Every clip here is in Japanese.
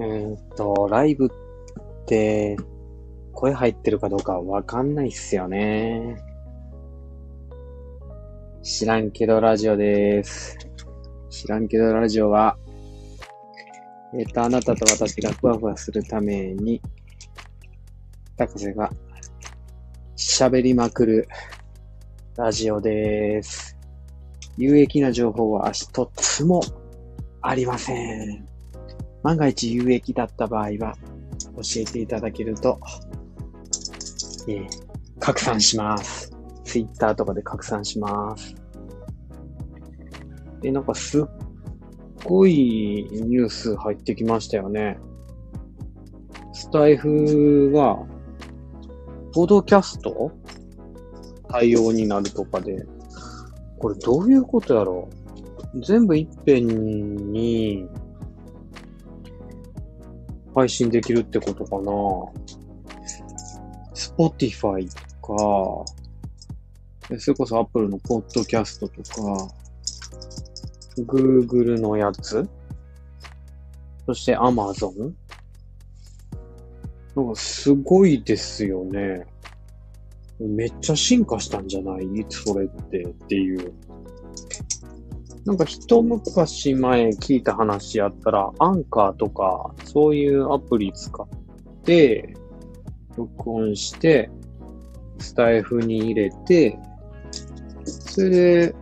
ライブって声入ってるかどうかわかんないっすよね。知らんけどラジオです。知らんけどラジオは、あなたと私がふわふわするために、高瀬が喋りまくるラジオです。有益な情報は一つもありません。万が一有益だった場合は教えていただけると、拡散します。Twitter とかで拡散します。なんかすっごいニュース入ってきましたよね。スタイフはポッドキャスト対応になるとかで、これどういうことやろう。全部いっぺんに配信できるってことかな。Spotify とか、それこそ Apple のポッドキャストとか、Google のやつ、そして Amazon。なんかすごいですよね。めっちゃ進化したんじゃないそれっていう。なんか一昔前聞いた話やったら、アンカーとか、そういうアプリ使って、録音して、スタイフに入れて、それで、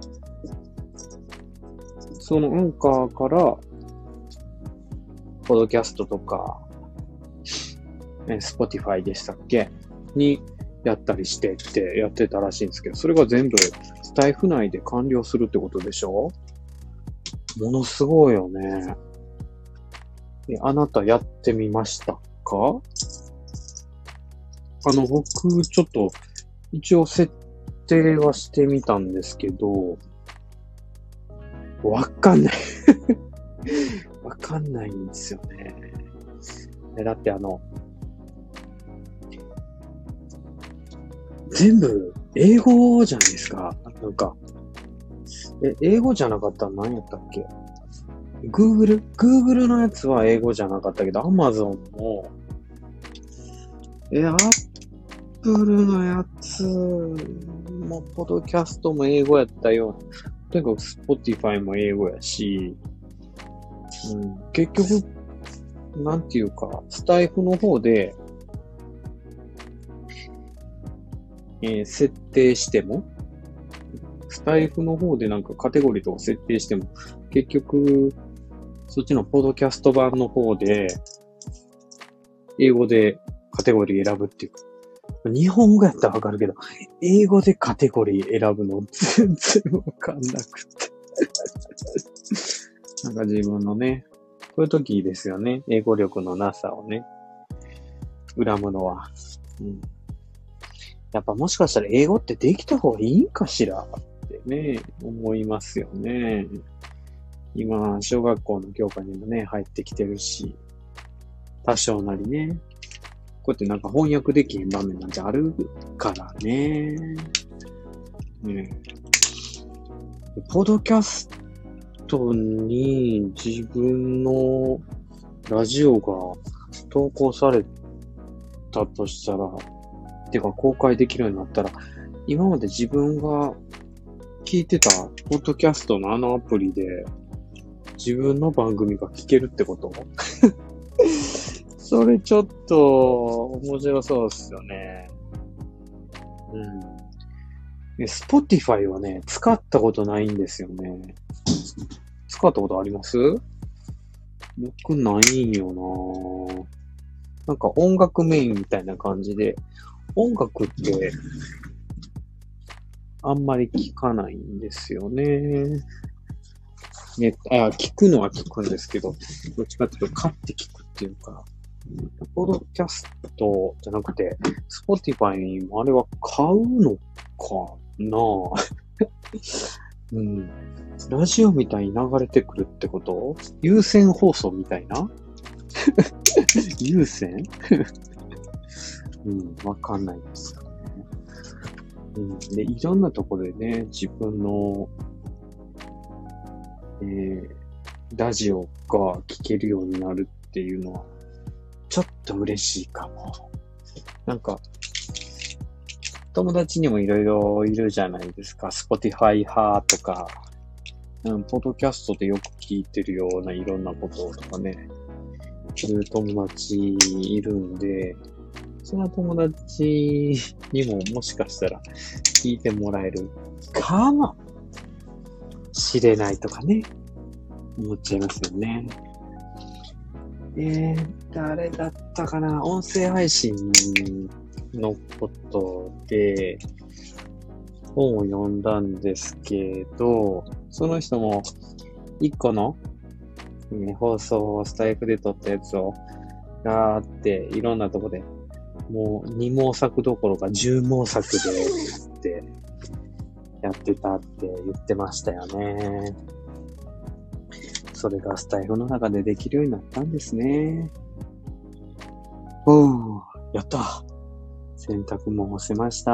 そのアンカーから、ポッドキャストとか、Spotify でしたっけにやったりしてってやってたらしいんですけど、それが全部スタイフ内で完了するってことでしょ？ものすごいよね。あなたやってみましたか？僕ちょっと一応設定はしてみたんですけど、わかんない。わかんないんですよね。だって全部英語じゃないですか。なんか、英語じゃなかったら何やったっけ？ Google のやつは英語じゃなかったけど、Amazon も、Apple のやつも、ポッドキャストも英語やったよ。とにかく Spotify も英語やし、結局、なんていうか、スタイフの方で、設定しても、スタイフの方でなんかカテゴリーとか設定しても、結局、そっちのポッドキャスト版の方で、英語でカテゴリー選ぶっていう。日本語やったらわかるけど、英語でカテゴリー選ぶの全然わかんなくて。なんか自分のね、こういう時ですよね。英語力のなさをね、恨むのは。やっぱもしかしたら英語ってできた方がいいんかしらってね、思いますよね。今、小学校の教科にもね、入ってきてるし、多少なりね、こうやってなんか翻訳できへん場面なんてあるからね。ポッドキャストに自分のラジオが投稿されたとしたら、てか公開できるようになったら、今まで自分が聞いてたポッドキャストのアプリで自分の番組が聞けるってこと？それちょっと面白そうっすよね。Spotify はね、使ったことないんですよね。使ったことあります？僕ないんよな。なんか音楽メインみたいな感じで、音楽ってあんまり聞かないんですよね。聞くのは聞くんですけど、どっちかっていうと買って聞くっていうか、ポッドキャストじゃなくて、Spotify にもあれは買うのかなラジオみたいに流れてくるってこと？有線放送みたいな有線わかんないですよね。で、いろんなところでね、自分の、ラジオが聞けるようになるっていうのは、ちょっと嬉しいかも。なんか、友達にもいろいろいるじゃないですか。Spotify 派とか、ポッドキャストでよく聞いてるようないろんなこととかね、いう友達いるんで、その友達にももしかしたら聞いてもらえるかもしれないとかね、思っちゃいますよね。誰だったかな、音声配信のことで本を読んだんですけど、その人も一個の、放送をスタイフで撮ったやつをがあって、いろんなとこでもう2毛作どころか10毛作でやってたって言ってましたよね。それがスタイフの中でできるようになったんですね。やった洗濯も干せました。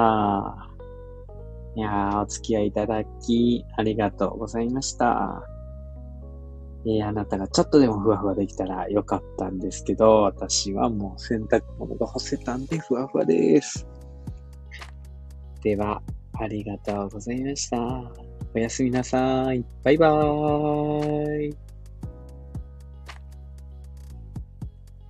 いやー、お付き合いいただきありがとうございました。あなたがちょっとでもふわふわできたらよかったんですけど、私はもう洗濯物が干せたんでふわふわです。では、ありがとうございました。おやすみなさい。バイバーイ。